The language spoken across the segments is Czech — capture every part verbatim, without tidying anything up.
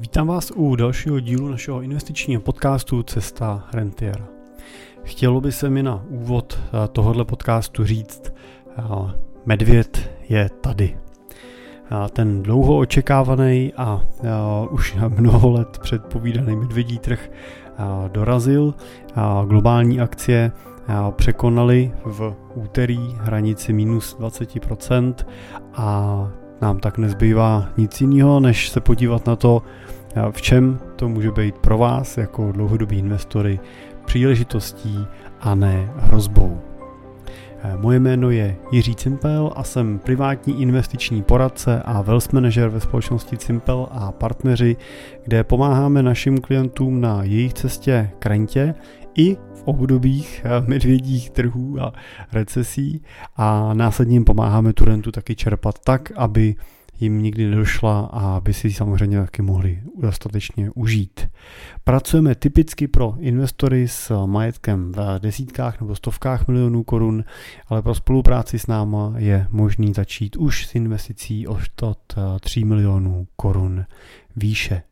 Vítám vás u dalšího dílu našeho investičního podcastu Cesta rentiera. Chtělo by se mi na úvod tohoto podcastu říct, medvěd je tady. Ten dlouho očekávaný a už mnoho let předpovídaný medvědí trh dorazil. Globální akcie překonaly v úterý hranici minus dvacet procent a nám tak nezbývá nic jiného, než se podívat na to, v čem to může být pro vás jako dlouhodobí investory příležitostí a ne hrozbou. Moje jméno je Jiří Cimpel a jsem privátní investiční poradce a wealth manager ve společnosti Cimpel a partneři, kde pomáháme našim klientům na jejich cestě k rentě i v obdobích medvědích trhů a recesí a následně jim pomáháme tu rentu taky čerpat tak, aby jim nikdy nedošla a aby si ji samozřejmě taky mohli dostatečně užít. Pracujeme typicky pro investory s majetkem v desítkách nebo stovkách milionů korun, ale pro spolupráci s náma je možný začít už s investicí od tří milionů korun výše.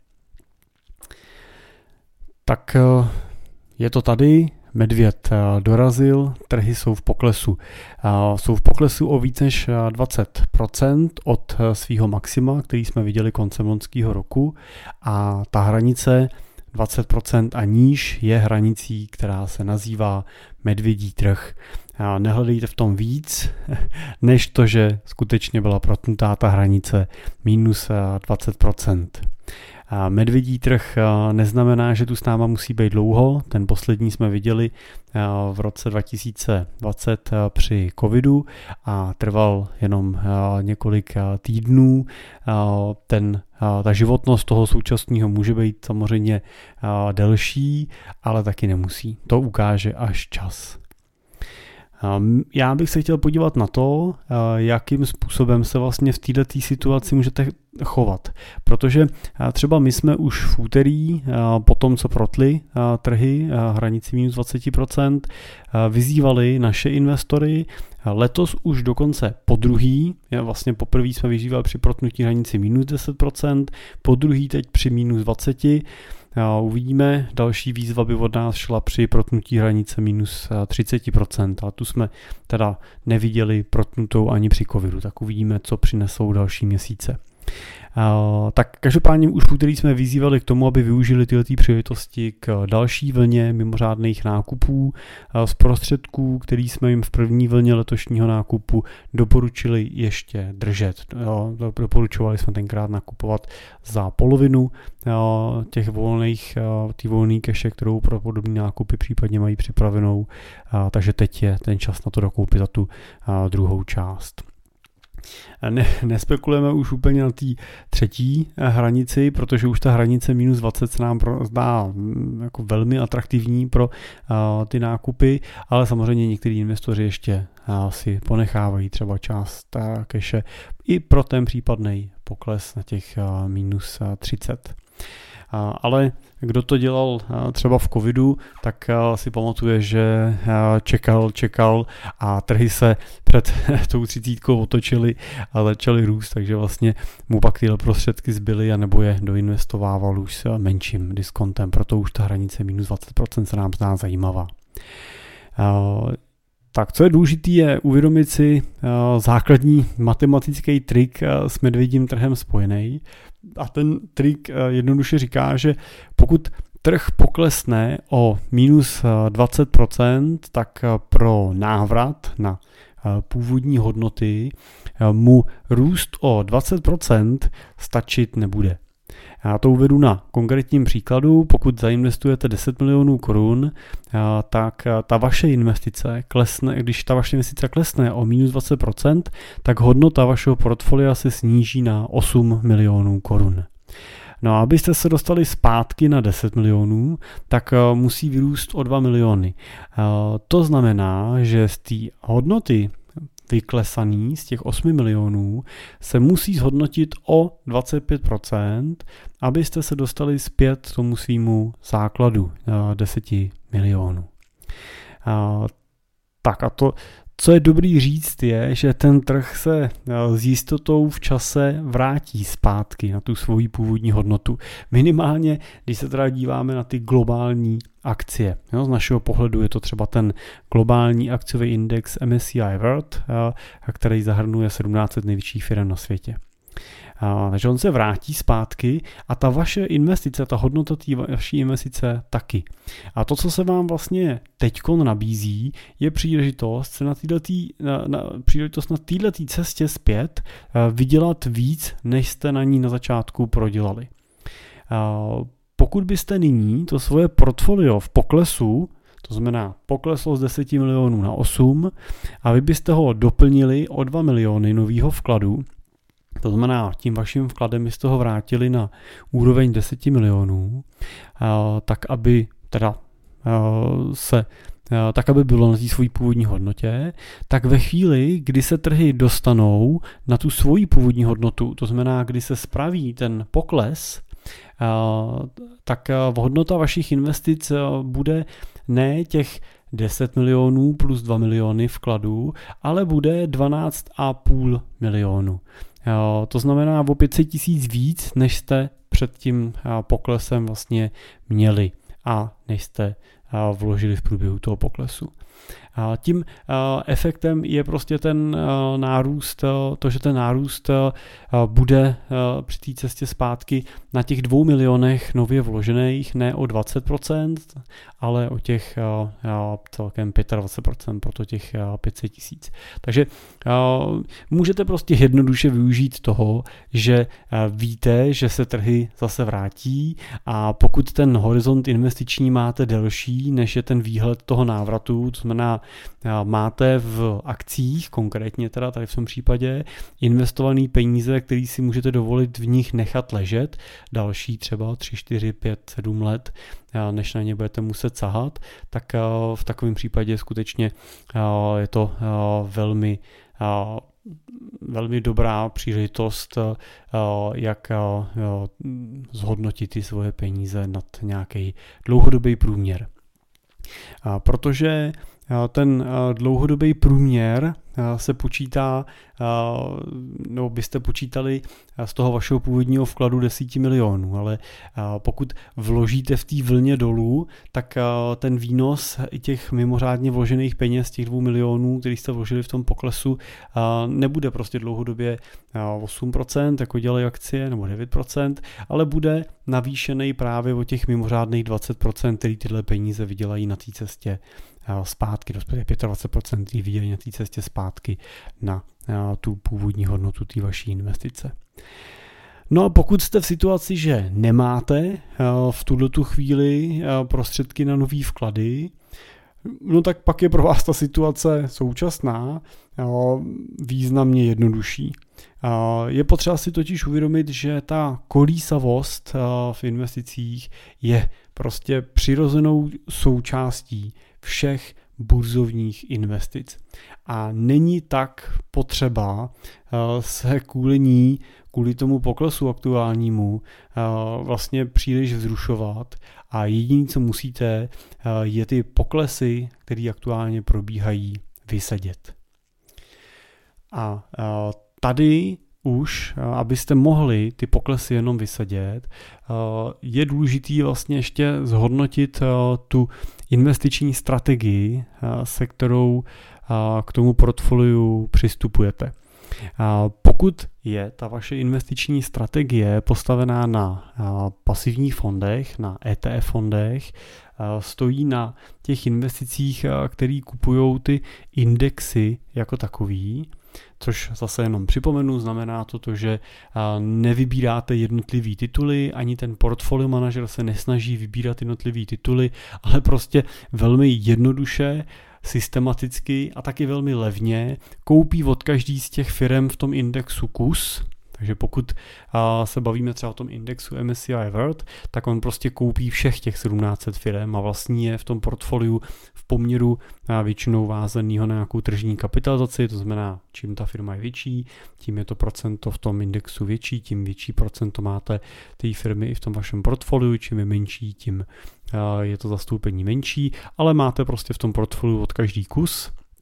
Tak je to tady. Medvěd dorazil, trhy jsou v poklesu. Jsou v poklesu o víc než dvacet procent od svého maxima, který jsme viděli koncem loňského roku, a ta hranice dvacet procent a níž je hranicí, která se nazývá medvědí trh. Nehledejte v tom víc, než to, že skutečně byla protnutá ta hranice minus dvacet procent. Medvědí trh neznamená, že tu s náma musí být dlouho. Ten poslední jsme viděli v roce dva tisíce dvacet při covidu a trval jenom několik týdnů. Ten, ta životnost toho současného může být samozřejmě delší, ale taky nemusí. To ukáže až čas. Já bych se chtěl podívat na to, jakým způsobem se vlastně v této situaci můžete chovat. Protože třeba my jsme už v úterý, po tom, co protly trhy hranici minus dvacet procent, vyzývali naše investory. Letos už dokonce po druhý, vlastně poprvé jsme vyzývali při protnutí hranici minus deset procent, po druhý teď při minus dvacet procent. Uvidíme, další výzva by od nás šla při protnutí hranice minus třicet procent, a tu jsme teda neviděli protnutou ani při covidu, tak uvidíme, co přinesou další měsíce. Uh, tak každopádně už v úterý jsme vyzývali k tomu, aby využili tyhle příležitosti k další vlně mimořádných nákupů uh, z prostředků, který jsme jim v první vlně letošního nákupu doporučili ještě držet. Uh, doporučovali jsme tenkrát nakupovat za polovinu uh, těch volných, uh, ty volný keše, kterou pro podobné nákupy případně mají připravenou, uh, takže teď je ten čas na to dokoupit za tu uh, druhou část. Ne, nespekulujeme už úplně na té třetí hranici, protože už ta hranice minus dvacet se nám zdá jako velmi atraktivní pro uh, ty nákupy, ale samozřejmě někteří investoři ještě uh, si ponechávají třeba část uh, keše i pro ten případný pokles na těch uh, minus třicet. Uh, ale kdo to dělal uh, třeba v covidu, tak uh, si pamatuje, že uh, čekal, čekal a trhy se před tou třicítkou otočily a začaly růst, takže vlastně mu pak tyhle prostředky zbyly a nebo je doinvestovával už s menším diskontem, proto už ta hranice minus dvacet procent se nám zdá zajímavá. Uh, Tak co je důležité, je uvědomit si uh, základní matematický trik uh, s medvědím trhem spojený. A ten trik uh, jednoduše říká, že pokud trh poklesne o minus dvacet procent, tak uh, pro návrat na uh, původní hodnoty uh, mu růst o dvacet procent stačit nebude. Já to uvedu na konkrétním příkladu. Pokud zainvestujete deset milionů korun, tak ta vaše investice klesne, když ta vaše investice klesne o minus dvacet procent, tak hodnota vašeho portfolia se sníží na osm milionů korun. No a abyste se dostali zpátky na deset milionů, tak musí vyrůst o dva miliony. To znamená, že z té hodnoty vyklesaný z těch osmi milionů se musí zhodnotit o dvacet pět procent, abyste se dostali zpět k tomu svýmu základu deset milionů. Tak a to, Co je dobrý říct je, že ten trh se s jistotou v čase vrátí zpátky na tu svoji původní hodnotu. Minimálně, když se teda díváme na ty globální akcie. Jo, z našeho pohledu je to třeba ten globální akciový index M S C I World, který zahrnuje sedmnáct set největších firm na světě. A, takže on se vrátí zpátky a ta vaše investice, ta hodnota té vaší investice taky. A to, co se vám vlastně teďkon nabízí, je příležitost se na této na, na, příležitost na této cestě zpět vydělat víc, než jste na ní na začátku prodělali. A, pokud byste nyní to svoje portfolio v poklesu, to znamená pokleslo z deset milionů na osm, a vy byste ho doplnili o dva miliony nového vkladu, to znamená, tím vaším vkladem byste ho vrátili na úroveň deset milionů, tak aby teda se tak, aby bylo na té svojí původní hodnotě, tak ve chvíli, kdy se trhy dostanou na tu svoji původní hodnotu, to znamená, kdy se spraví ten pokles, tak hodnota vašich investic bude ne těch deset milionů plus dva miliony vkladů, ale bude dvanáct a půl milionu. To znamená o pět set tisíc víc, než jste před tím poklesem vlastně měli a než jste vložili v průběhu toho poklesu. Tím efektem je prostě ten nárůst, to, že ten nárůst bude při té cestě zpátky na těch dvou milionech nově vložených, ne o dvacet procent, ale o těch celkem dvacet pět procent, proto těch pět set tisíc. Takže můžete prostě jednoduše využít toho, že víte, že se trhy zase vrátí, a pokud ten horizont investiční máte delší, než je ten výhled toho návratu, to znamená, máte v akcích, konkrétně teda tady v tom případě, investované peníze, které si můžete dovolit v nich nechat ležet další třeba tři, čtyři, pět, sedm let, než na ně budete muset sahat, tak v takovém případě skutečně je to velmi velmi dobrá příležitost, jak zhodnotit ty svoje peníze nad nějaký dlouhodobý průměr. Protože ten dlouhodobý průměr se počítá, nebo byste počítali z toho vašeho původního vkladu deset milionů, ale pokud vložíte v té vlně dolů, tak ten výnos i těch mimořádně vložených peněz, těch dvou milionů, který jste vložili v tom poklesu, nebude prostě dlouhodobě osm procent, jako dělají akcie, nebo devět procent, ale bude navýšený právě o těch mimořádných dvacet procent, který tyhle peníze vydělají na té cestě zpátky, respektive dvacet pět procent vydělají na té cestě zpátky na tu původní hodnotu té vaší investice. No a pokud jste v situaci, že nemáte v tuto chvíli prostředky na nový vklady, no tak pak je pro vás ta situace současná významně jednodušší. Je potřeba si totiž uvědomit, že ta kolísavost v investicích je prostě přirozenou součástí všech burzovních investic. A není tak potřeba se kvůli ní, kvůli tomu poklesu aktuálnímu, vlastně příliš vzrušovat, a jediné, co musíte, je ty poklesy, které aktuálně probíhají, vysedět. A tady už, abyste mohli ty poklesy jenom vysedět, je důležitý vlastně ještě zhodnotit tu investiční strategii, se kterou k tomu portfoliu přistupujete. Pokud je ta vaše investiční strategie postavená na pasivních fondech, na E T F fondech, stojí na těch investicích, které kupují ty indexy jako takový, což zase jenom připomenu, znamená to, to že nevybíráte jednotlivý tituly, ani ten portfolio manažer se nesnaží vybírat jednotlivý tituly, ale prostě velmi jednoduše, systematicky a taky velmi levně koupí od každý z těch firem v tom indexu kus. Takže pokud se bavíme třeba o tom indexu M S C I World, tak on prostě koupí všech těch sedmnáct set firem a vlastní je v tom portfoliu v poměru většinou vázaného na nějakou tržní kapitalizaci, to znamená, čím ta firma je větší, tím je to procento v tom indexu větší, tím větší procento máte té firmy i v tom vašem portfoliu, čím je menší, tím je to zastoupení menší, ale máte prostě v tom portfoliu od každý kus.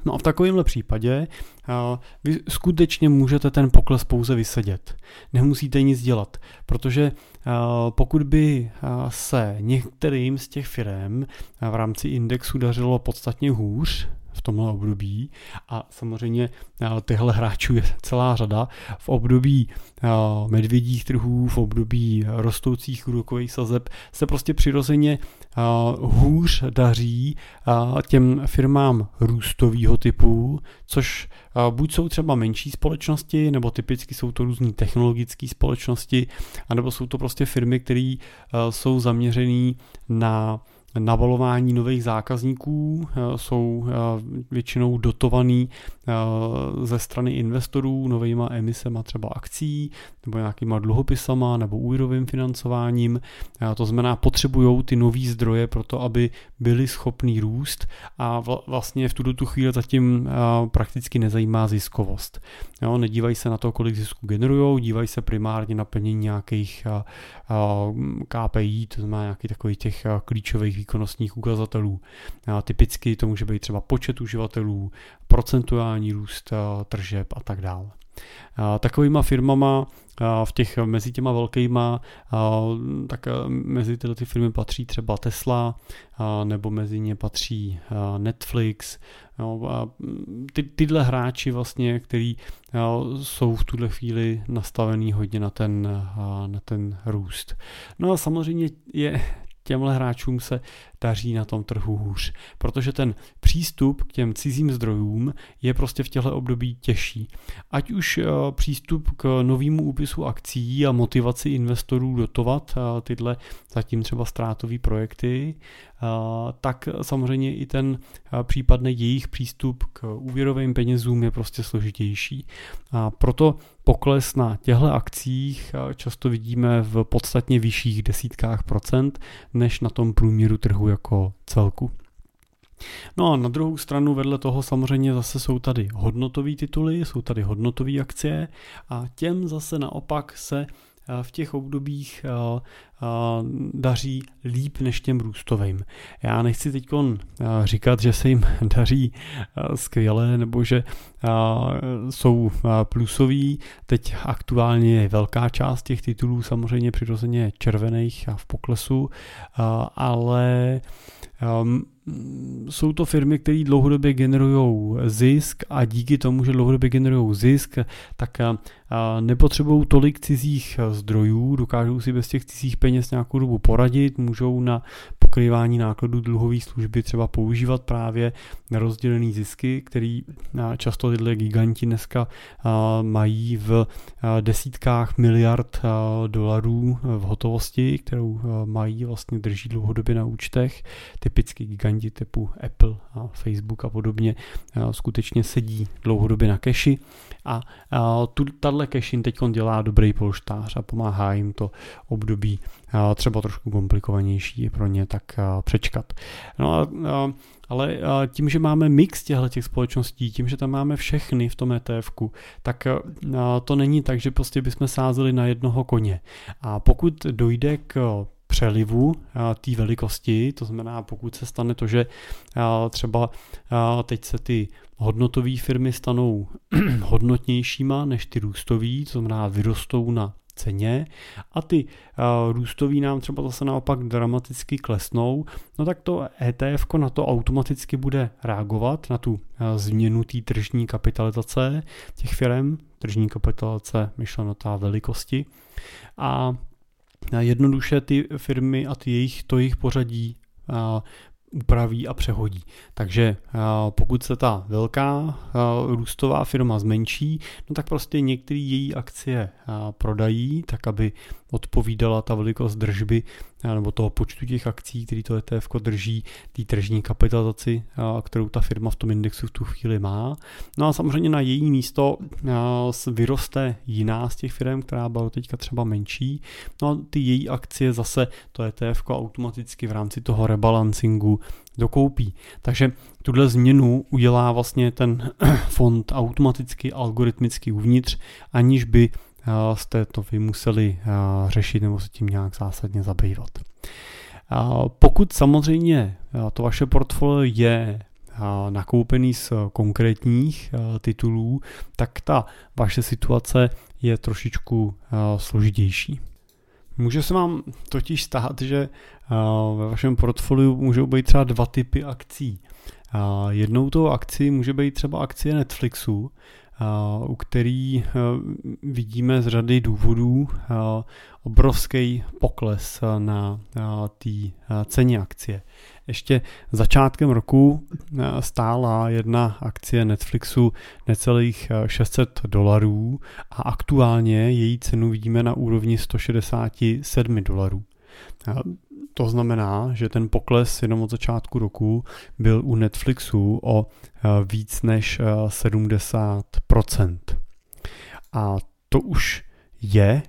No a v takovémhle případě uh, vy skutečně můžete ten pokles pouze vysedět. Nemusíte nic dělat, protože uh, pokud by uh, se některým z těch firem uh, v rámci indexu dařilo podstatně hůř v tomhle období, a samozřejmě tyhle hráčů je celá řada, v období medvědích trhů, v období rostoucích úrokových sazeb se prostě přirozeně hůř daří těm firmám růstového typu, což buď jsou třeba menší společnosti, nebo typicky jsou to různý technologické společnosti, anebo jsou to prostě firmy, které jsou zaměřené na navalování nových zákazníků, jsou většinou dotovaný ze strany investorů novejma emisema třeba akcí nebo nějakýma dluhopisama nebo úvěrovým financováním. To znamená, potřebují ty nový zdroje pro to, aby byli schopní růst, a vlastně v tuto tu chvíli zatím prakticky nezajímá ziskovost. Jo, nedívají se na to, kolik zisku generujou, dívají se primárně na plnění nějakých K P I, to znamená nějakých takových těch klíčových výkonnostních ukazatelů. Typicky to může být třeba počet uživatelů, procentuální růst tržeb a tak dále. Takovýma firmama v těch mezi těma velkýma, tak mezi tyhle ty firmy patří třeba Tesla, nebo mezi ně patří Netflix. Ty, tyhle hráči vlastně, který jsou v tuhle chvíli nastavený hodně na ten, na ten růst. No a samozřejmě je těmhle hráčům se daří na tom trhu hůř, protože ten přístup k těm cizím zdrojům je prostě v těchto období těžší. Ať už přístup k novému úpisu akcí a motivaci investorů dotovat tyhle zatím třeba ztrátové projekty, tak samozřejmě i ten případný jejich přístup k úvěrovým penězům je prostě složitější. A proto pokles na těchto akcích často vidíme v podstatně vyšších desítkách procent než na tom průměru trhu jako celku. No a na druhou stranu vedle toho samozřejmě zase jsou tady hodnotové tituly, jsou tady hodnotové akcie, a těm zase naopak se v těch obdobích daří líp než těm růstovým. Já nechci teď říkat, že se jim daří skvěle, nebo že jsou plusoví. Teď aktuálně je velká část těch titulů samozřejmě přirozeně červených a v poklesu, ale jsou to firmy, které dlouhodobě generují zisk, a díky tomu, že dlouhodobě generují zisk, tak nepotřebují tolik cizích zdrojů, dokážou si bez těch cizích peněz nějakou dobu poradit, můžou na pokrývání nákladů dluhové služby třeba používat právě rozdělený zisky, který často tyhle giganti dneska mají v desítkách miliard dolarů v hotovosti, kterou mají, vlastně drží dlouhodobě na účtech. Typicky giganti typu Apple a Facebook a podobně skutečně sedí dlouhodobě na keši, a tahle cash jim teď dělá dobrý polštář a pomáhá jim to období třeba trošku komplikovanější pro ně tak přečkat. No a, ale tím, že máme mix těchto společností, tím, že tam máme všechny v tom E T F ku, tak to není tak, že prostě bychom sázeli na jednoho koně. A pokud dojde k přelivu té velikosti, to znamená, pokud se stane to, že třeba teď se ty hodnotové firmy stanou hodnotnějšíma než ty růstové, to znamená vyrostou na ceně, a ty uh, růstový nám třeba zase naopak dramaticky klesnou, no tak to E T F ko na to automaticky bude reagovat, na tu uh, změnu té tržní kapitalizace těch firm, tržní kapitalizace myšleno ta velikosti, a jednoduše ty firmy a ty jejich, to jejich pořadí uh, upraví a přehodí. Takže pokud se ta velká růstová firma zmenší, no tak prostě některé její akcie prodají, tak aby odpovídala ta velikost držby nebo toho počtu těch akcí, který to E T F ko drží, té tržní kapitalizaci, kterou ta firma v tom indexu v tu chvíli má. No a samozřejmě na její místo vyroste jiná z těch firm, která byla teďka třeba menší. No a ty její akcie zase to E T F ko automaticky v rámci toho rebalancingu dokoupí. Takže tuhle změnu udělá vlastně ten fond automaticky, algoritmicky uvnitř, aniž by jste to vy museli řešit nebo se tím nějak zásadně zabývat. Pokud samozřejmě to vaše portfolio je nakoupený z konkrétních titulů, tak ta vaše situace je trošičku složitější. Může se vám totiž stát, že ve vašem portfoliu můžou být třeba dva typy akcí. Jednou tou akcí může být třeba akcie Netflixu, u který vidíme z řady důvodů obrovský pokles na té ceně akcie. Ještě začátkem roku stála jedna akcie Netflixu necelých šest set dolarů a aktuálně její cenu vidíme na úrovni sto šedesát sedm dolarů. To znamená, že ten pokles jenom od začátku roku byl u Netflixu o víc než sedmdesát procent. A to už je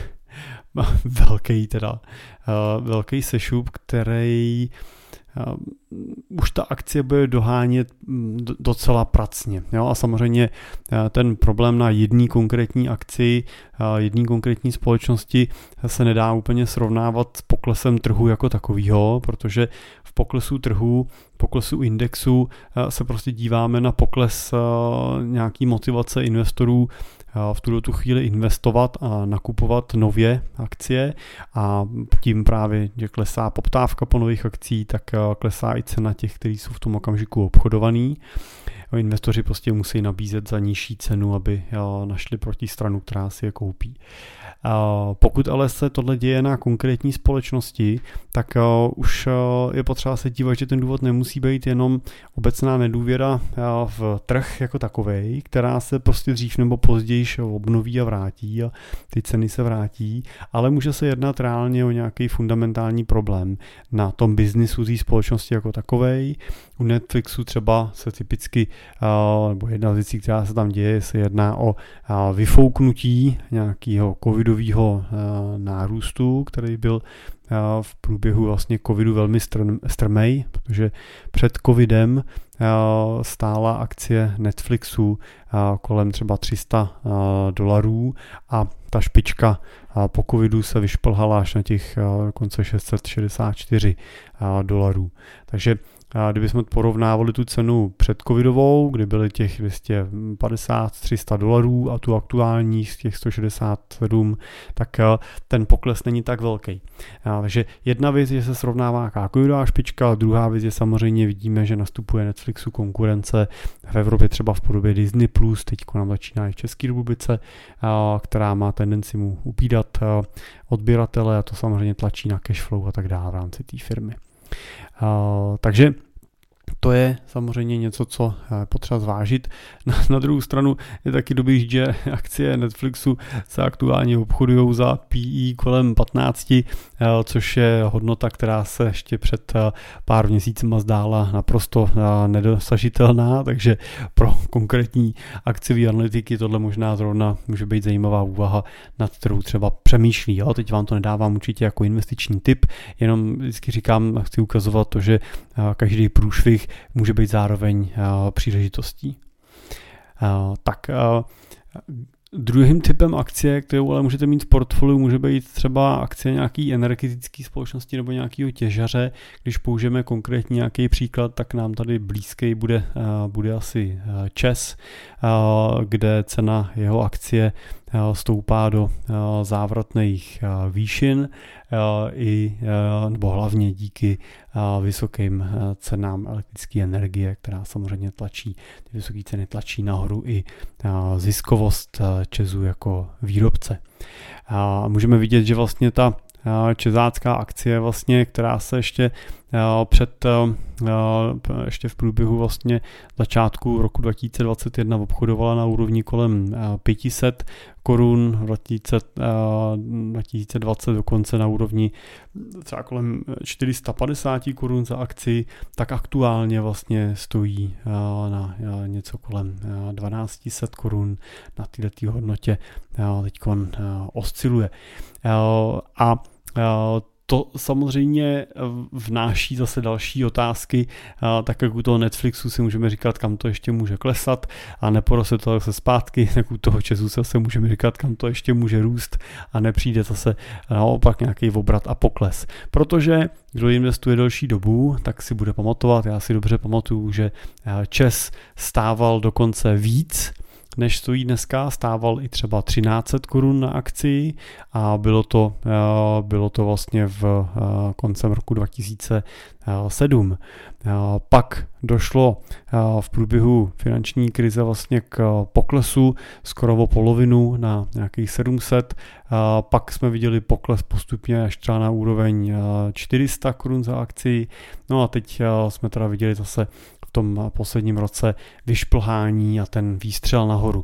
velký teda, velký sešup, který Uh, už ta akcie bude dohánět docela pracně. Jo? A samozřejmě uh, ten problém na jedné konkrétní akci, uh, jedné konkrétní společnosti se nedá úplně srovnávat s poklesem trhu jako takového, protože v poklesu trhu, poklesu indexu uh, se prostě díváme na pokles uh, nějaký motivace investorů v tuto chvíli investovat a nakupovat nově akcie a tím právě, že klesá poptávka po nových akcí, tak klesá i cena těch, kteří jsou v tom okamžiku obchodovaný. Investoři prostě musí nabízet za nižší cenu, aby našli protistranu, která si je koupí. Pokud ale se tohle děje na konkrétní společnosti, tak už je potřeba se dívat, že ten důvod nemusí být jenom obecná nedůvěra v trh jako takovej, která se prostě dřív nebo později obnoví a vrátí a ty ceny se vrátí, ale může se jednat reálně o nějaký fundamentální problém na tom biznisu té společnosti jako takovej. U Netflixu třeba se typicky, nebo jedna z věcí, která se tam děje, se jedná o vyfouknutí nějakého covidového nárůstu, který byl v průběhu vlastně covidu velmi strmej, protože před covidem stála akcie Netflixu kolem třeba tři sta dolarů a ta špička po covidu se vyšplhala až na těch dokonce šest set šedesát čtyři dolarů. Takže kdybychom porovnávali tu cenu před covidovou, kdy byly těch dvě stě padesát tři sta dolarů a tu aktuální z těch sto šedesát sedm, tak ten pokles není tak velký. Takže jedna věc je, že se srovnává nějaká covidová špička, druhá věc je samozřejmě vidíme, že nastupuje Netflixu konkurence v Evropě třeba v podobě Disney plus, teď nám začíná i v České republice, která má tendenci mu upídat odběratele a to samozřejmě tlačí na cash flow a tak dále v rámci té firmy. Uh, takže to je samozřejmě něco, co je potřeba zvážit. Na, na druhou stranu je taky dobrý, že akcie Netflixu se aktuálně obchodují za P E kolem patnáct, což je hodnota, která se ještě před pár měsícima zdála naprosto nedosažitelná, takže pro konkrétní akciové analytiky tohle možná zrovna může být zajímavá úvaha, nad kterou třeba přemýšlí. Jo? Teď vám to nedávám určitě jako investiční tip, jenom vždycky říkám, chci ukazovat to, že každý průšvih může být zároveň uh, příležitostí. Uh, tak uh, druhým typem akcie, kterou ale můžete mít v portfoliu, může být třeba akcie nějaký energetické společnosti nebo nějakého těžaře. Když použijeme konkrétně nějaký příklad, tak nám tady blízký bude, uh, bude asi uh, ČEZ, uh, kde cena jeho akcie uh, stoupá do uh, závratných uh, výšin, i, nebo hlavně díky vysokým cenám elektrické energie, která samozřejmě tlačí, ty vysoké ceny tlačí nahoru i ziskovost ČEZu jako výrobce. Můžeme vidět, že vlastně ta čezácká akcie, vlastně, která se ještě před ještě v průběhu vlastně začátku roku dva tisíce dvacet jedna obchodovala na úrovni kolem pět set korun, dva tisíce dvacet dokonce na úrovni třeba kolem čtyři sta padesát korun za akci, tak aktuálně vlastně stojí na něco kolem dvanáct set korun, na této hodnotě teď osciluje. A To samozřejmě vnáší zase další otázky, tak jak u toho Netflixu si můžeme říkat, kam to ještě může klesat a neporoste to zase zpátky, tak u toho Česu zase můžeme říkat, kam to ještě může růst a nepřijde zase naopak nějaký obrat a pokles. Protože kdo investuje delší dobu, tak si bude pamatovat, já si dobře pamatuju, že ČEZ stával dokonce víc, než stojí dneska, stával i třeba třináct set korun na akci a bylo to, bylo to vlastně v koncem roku dva tisíce sedm. Pak došlo v průběhu finanční krize vlastně k poklesu skoro o polovinu na nějakých sedm set. Pak jsme viděli pokles postupně až třeba na úroveň čtyři sta korun za akci. No a teď jsme teda viděli zase v tom posledním roce vyšplhání a ten výstřel nahoru.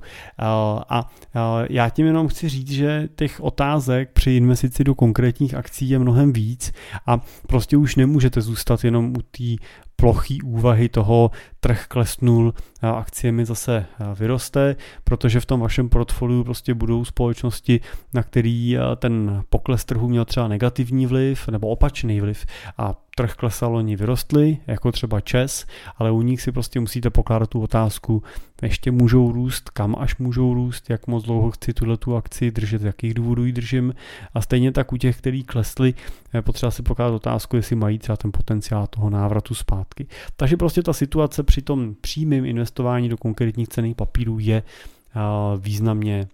A já tím jenom chci říct, že těch otázek při investici do konkrétních akcí je mnohem víc a prostě už nemůžete zůstat jenom u té plochý úvahy toho, trh klesnul, akcie mi zase vyroste, protože v tom vašem portfoliu prostě budou společnosti, na který ten pokles trhu měl třeba negativní vliv nebo opačný vliv a trh klesal, oni vyrostli, jako třeba ČEZ, ale u nich si prostě musíte pokládat tu otázku, ještě můžou růst, kam až můžou růst, jak moc dlouho chci tuhletu akci držet, z jakých důvodů ji držím a stejně tak u těch, který klesli, je potřeba si pokládat otázku, jestli mají třeba ten potenciál toho návratu zpátky. Takže prostě ta situace při tom přímém investování do konkrétních cenných papírů je významně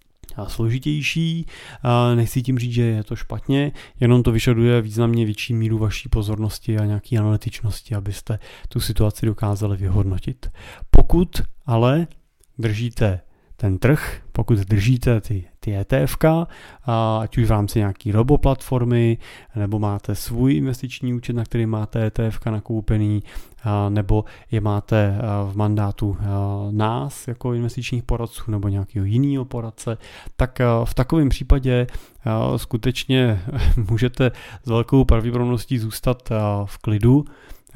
složitější. Nechci tím říct, že je to špatně, jenom to vyžaduje významně větší míru vaší pozornosti a nějaké analytičnosti, abyste tu situaci dokázali vyhodnotit. Pokud ale držíte ten trh, pokud držíte ty, ty ETFka, ať už v rámci nějaký roboplatformy, nebo máte svůj investiční účet, na který máte ETFka nakoupený, nebo je máte v mandátu nás jako investičních poradců nebo nějakého jiného poradce, tak v takovém případě skutečně můžete s velkou pravděpodobností zůstat v klidu.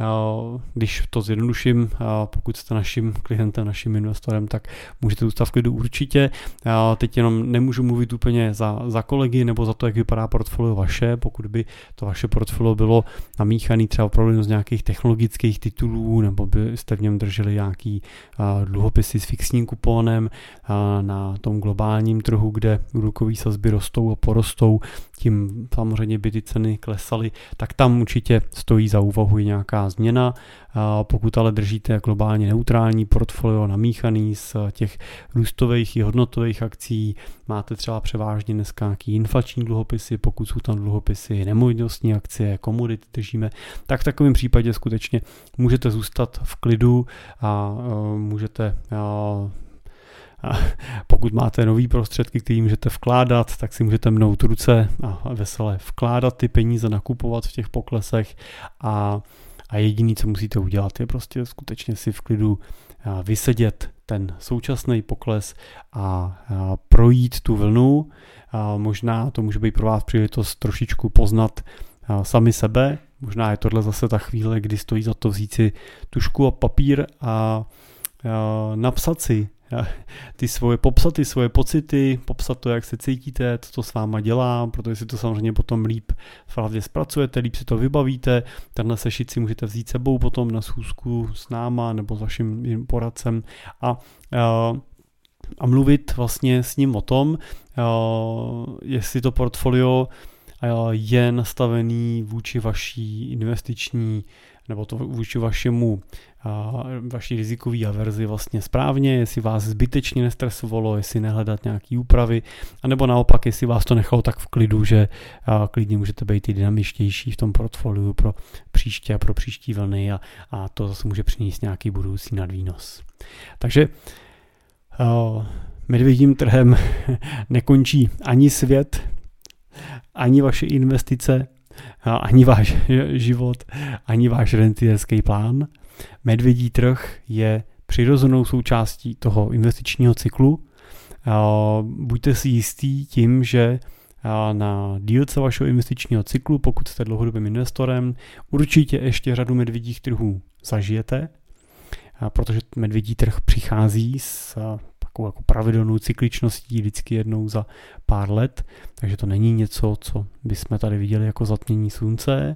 Když to zjednoduším, pokud jste naším klientem, naším investorem, tak můžete zůstat v klidu určitě. Teď jenom nemůžu mluvit úplně za, za kolegy nebo za to, jak vypadá portfolio vaše. Pokud by to vaše portfolio bylo namíchané třeba opravdu z nějakých technologických titulů nebo byste v něm drželi nějaký dluhopisy s fixním kupónem na tom globálním trhu, kde úrokové sazby rostou a porostou, tím samozřejmě by ty ceny klesaly, tak tam určitě stojí za úvahu i nějaká změna. Pokud ale držíte globálně neutrální portfolio namíchaný z těch růstových i hodnotových akcí, máte třeba převážně dneska nějaký inflační dluhopisy, pokud jsou tam dluhopisy nemovitostní akcie, komodity držíme, tak v takovém případě skutečně můžete zůstat v klidu a můžete a pokud máte nový prostředky, který můžete vkládat, tak si můžete mnout ruce a veselé vkládat ty peníze, nakupovat v těch poklesech a, a jediný, co musíte udělat, je prostě skutečně si v klidu vysedět ten současný pokles a, a projít tu vlnu. A možná to může být pro vás příležitost trošičku poznat a, sami sebe. Možná je tohle zase ta chvíle, kdy stojí za to vzít si tužku a papír a, a napsat si ty svoje, popsat ty svoje pocity, popsat to, jak se cítíte, co to s váma dělá, protože si to samozřejmě potom líp hlavně zpracujete, líp si to vybavíte, tenhle sešit si můžete vzít sebou potom na schůzku s náma nebo s vaším poradcem a, a, a mluvit vlastně s ním o tom, a, jestli to portfolio je nastavený vůči vaší investiční nebo to vůči vašemu vaší rizikové averzi vlastně správně, jestli vás zbytečně nestresovalo, jestli nehledat nějaký úpravy, anebo naopak, jestli vás to nechalo tak v klidu, že klidně můžete být i dynamičtější v tom portfoliu pro příště a pro příští vlny a, a to zase může přinést nějaký budoucí nadvýnos. Takže uh, medvědím trhem nekončí ani svět, ani vaše investice, ani váš život, ani váš rentierský plán. Medvědí trh je přirozenou součástí toho investičního cyklu. Buďte si jistí tím, že na dílce vašeho investičního cyklu, pokud jste dlouhodobým investorem, určitě ještě řadu medvědích trhů zažijete, protože medvědí trh přichází s takovou jako pravidelnou cykličností vždycky jednou za pár let, takže to není něco, co bychom tady viděli jako zatmění slunce.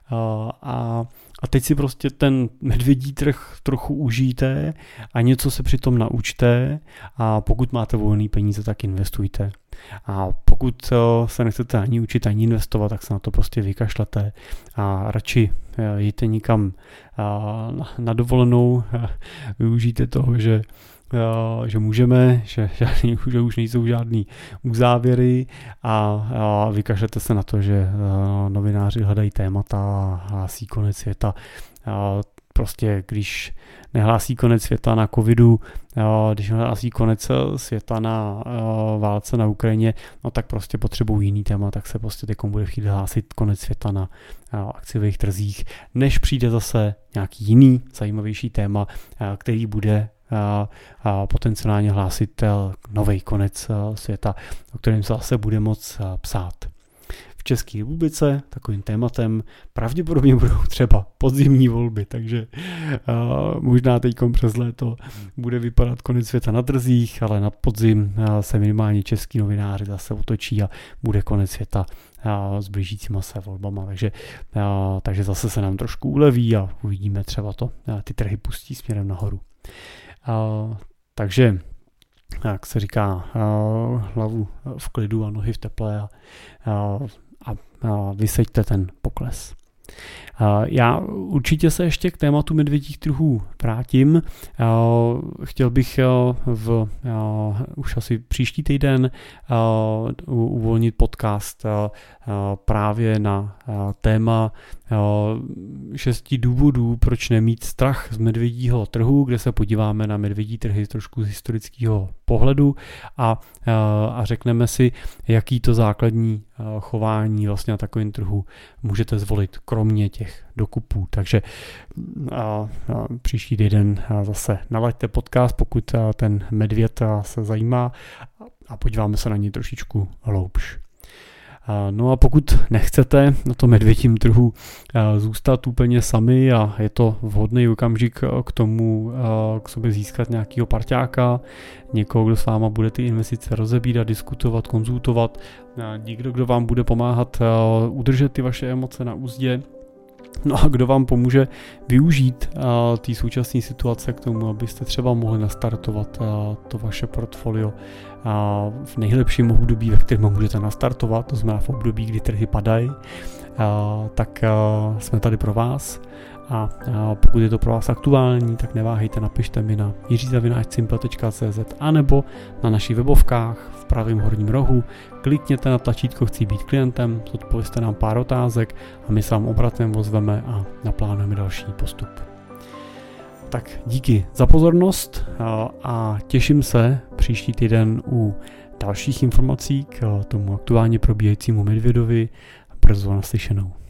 A, a teď si prostě ten medvědí trh trochu užijte a něco se přitom naučte a pokud máte volné peníze, tak investujte. A pokud se nechcete ani učit, ani investovat, tak se na to prostě vykašlete a radši jděte nikam na dovolenou, využijte toho, že že můžeme, že, žádný, že už nejsou žádný uzávěry a, a vykašlete se na to, že novináři hledají témata a hlásí konec světa. A prostě když nehlásí konec světa na covidu, když nehlásí konec světa na válce na Ukrajině, no tak prostě potřebují jiný téma, tak se prostě teď bude chtít hlásit konec světa na akciových trzích, než přijde zase nějaký jiný zajímavější téma, který bude A, a potenciálně hlásit nový konec světa, o kterém se zase bude moc psát. V České republice takovým tématem pravděpodobně budou třeba podzimní volby, takže uh, možná teďkom přes léto bude vypadat konec světa na trzích, ale na podzim uh, se minimálně český novináři zase otočí a bude konec světa uh, s blížícíma se volbama, takže, uh, takže zase se nám trošku uleví a uvidíme třeba to, uh, ty trhy pustí směrem nahoru. Uh, takže, jak se říká, uh, hlavu v klidu a nohy v teple a, uh, a, a vyseďte ten pokles. Uh, já určitě se ještě k tématu medvědích trhů vrátím. Uh, chtěl bych uh, v uh, už asi příští týden uh, uvolnit podcast uh, právě na uh, téma uh, šesti důvodů, proč nemít strach z medvědího trhu, kde se podíváme na medvědí trhy trošku z historického pohledu a, uh, a řekneme si, jaký to základní uh, chování vlastně na takovém trhu můžete zvolit, kromě těch dokupů. Takže a, a příští týden zase nalaďte podcast, pokud a, ten medvěd a, se zajímá a podíváme se na něj trošičku hloubš. A, no a pokud nechcete na tom medvědím trhu a, zůstat úplně sami a je to vhodný okamžik k tomu a, k sobě získat nějakého parťáka, někoho, kdo s váma bude ty investice rozebírat, diskutovat, konzultovat, a někdo, kdo vám bude pomáhat a, udržet ty vaše emoce na uzdě. No a kdo vám pomůže využít uh, té současné situace k tomu, abyste třeba mohli nastartovat uh, to vaše portfolio uh, v nejlepším období, ve kterém můžete nastartovat, to znamená v období, kdy trhy padají, uh, tak uh, jsme tady pro vás. A pokud je to pro vás aktuální, tak neváhejte, napište mi na jiří zavináč simple tečka cé zet anebo na našich webovkách v pravém horním rohu. Klikněte na tlačítko Chci být klientem, odpovězte nám pár otázek a my se vám obratem ozveme a naplánujeme další postup. Tak díky za pozornost a těším se příští týden u dalších informací k tomu aktuálně probíhajícímu medvědovi. Brzo naslyšenou.